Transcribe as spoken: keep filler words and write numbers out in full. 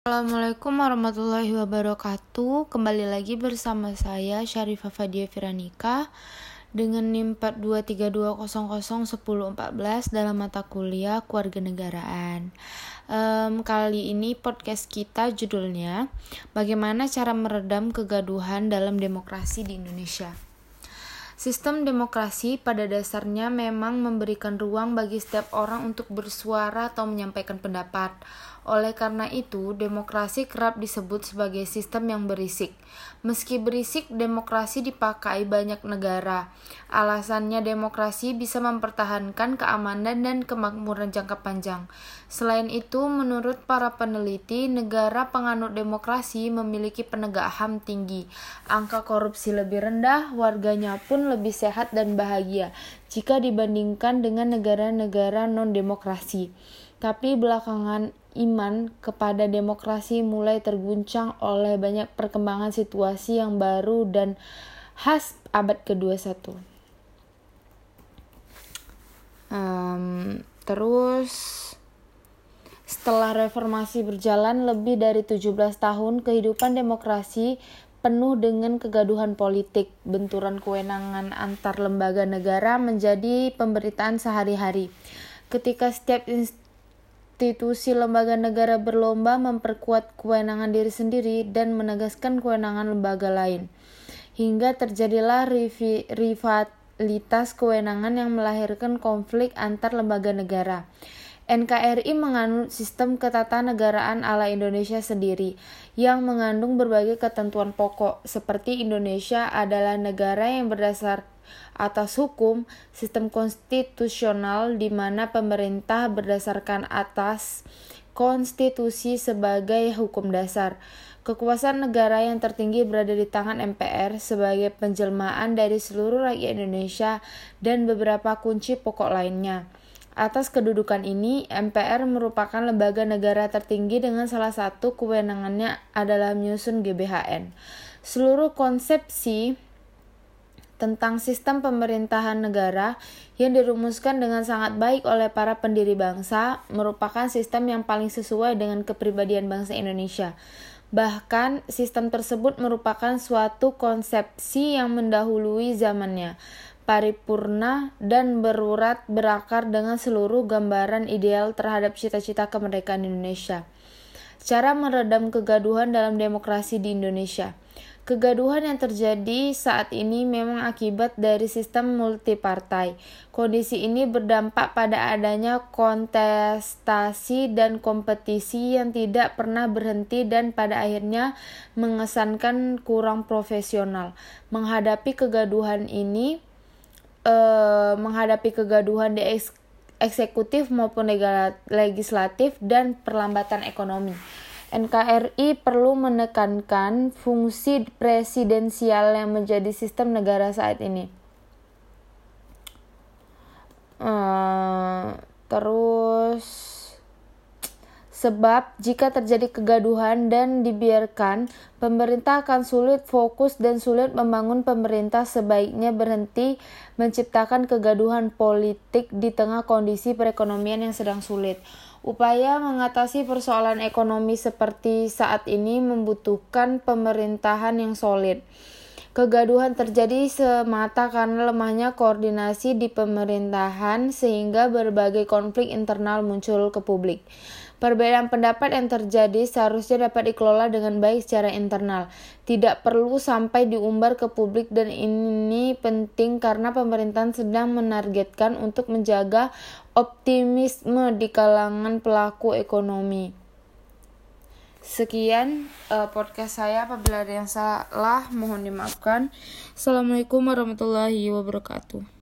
Assalamualaikum warahmatullahi wabarakatuh. Kembali lagi bersama saya Syarifah Fadia Firanika dengan N I M empat dua tiga dua nol nol nol satu nol satu empat dalam mata kuliah Kewarganegaraan. Um, kali ini podcast kita judulnya Bagaimana Cara Meredam Kegaduhan dalam Demokrasi di Indonesia. Sistem demokrasi pada dasarnya memang memberikan ruang bagi setiap orang untuk bersuara atau menyampaikan pendapat. Oleh karena itu, demokrasi kerap disebut sebagai sistem yang berisik. Meski berisik, demokrasi dipakai banyak negara. Alasannya demokrasi bisa mempertahankan keamanan dan kemakmuran jangka panjang. Selain itu, menurut para peneliti, negara penganut demokrasi memiliki penegak H A M tinggi. Angka korupsi lebih rendah, warganya pun lebih sehat dan bahagia jika dibandingkan dengan negara-negara non-demokrasi. Tapi belakangan iman kepada demokrasi mulai terguncang oleh banyak perkembangan situasi yang baru dan khas abad ke dua puluh satu. Um, terus setelah reformasi berjalan lebih dari tujuh belas tahun, kehidupan demokrasi penuh dengan kegaduhan politik. Benturan kewenangan antar lembaga negara menjadi pemberitaan sehari-hari. Ketika setiap institusi lembaga negara berlomba memperkuat kewenangan diri sendiri dan menegaskan kewenangan lembaga lain, hingga terjadilah rivi, rivalitas kewenangan yang melahirkan konflik antar lembaga negara. N K R I menganut sistem ketatanegaraan ala Indonesia sendiri yang mengandung berbagai ketentuan pokok seperti Indonesia adalah negara yang berdasar atas hukum, sistem konstitusional di mana pemerintah berdasarkan atas konstitusi sebagai hukum dasar. Kekuasaan negara yang tertinggi berada di tangan M P R sebagai penjelmaan dari seluruh rakyat Indonesia dan beberapa kunci pokok lainnya. Atas kedudukan ini, M P R merupakan lembaga negara tertinggi dengan salah satu kewenangannya adalah menyusun G B H N. Seluruh konsepsi tentang sistem pemerintahan negara yang dirumuskan dengan sangat baik oleh para pendiri bangsa merupakan sistem yang paling sesuai dengan kepribadian bangsa Indonesia. Bahkan, sistem tersebut merupakan suatu konsepsi yang mendahului zamannya, paripurna dan berurat berakar dengan seluruh gambaran ideal terhadap cita-cita kemerdekaan Indonesia. Cara meredam kegaduhan dalam demokrasi di Indonesia. Kegaduhan yang terjadi saat ini memang akibat dari sistem multipartai. Kondisi ini berdampak pada adanya kontestasi dan kompetisi yang tidak pernah berhenti dan pada akhirnya mengesankan kurang profesional. Menghadapi kegaduhan ini, eh, menghadapi kegaduhan di eks- eksekutif maupun legislatif dan perlambatan ekonomi. N K R I perlu menekankan fungsi presidensial yang menjadi sistem negara saat ini. Uh, terus, sebab jika terjadi kegaduhan dan dibiarkan, pemerintah akan sulit fokus dan sulit membangun. Pemerintah sebaiknya berhenti menciptakan kegaduhan politik di tengah kondisi perekonomian yang sedang sulit. Upaya mengatasi persoalan ekonomi seperti saat ini membutuhkan pemerintahan yang solid. Kegaduhan terjadi semata karena lemahnya koordinasi di pemerintahan sehingga berbagai konflik internal muncul ke publik. Perbedaan pendapat yang terjadi seharusnya dapat dikelola dengan baik secara internal, tidak perlu sampai diumbar ke publik, dan ini penting karena pemerintahan sedang menargetkan untuk menjaga optimisme di kalangan pelaku ekonomi. Sekian uh, podcast saya, apabila ada yang salah mohon dimaafkan. Assalamualaikum warahmatullahi wabarakatuh.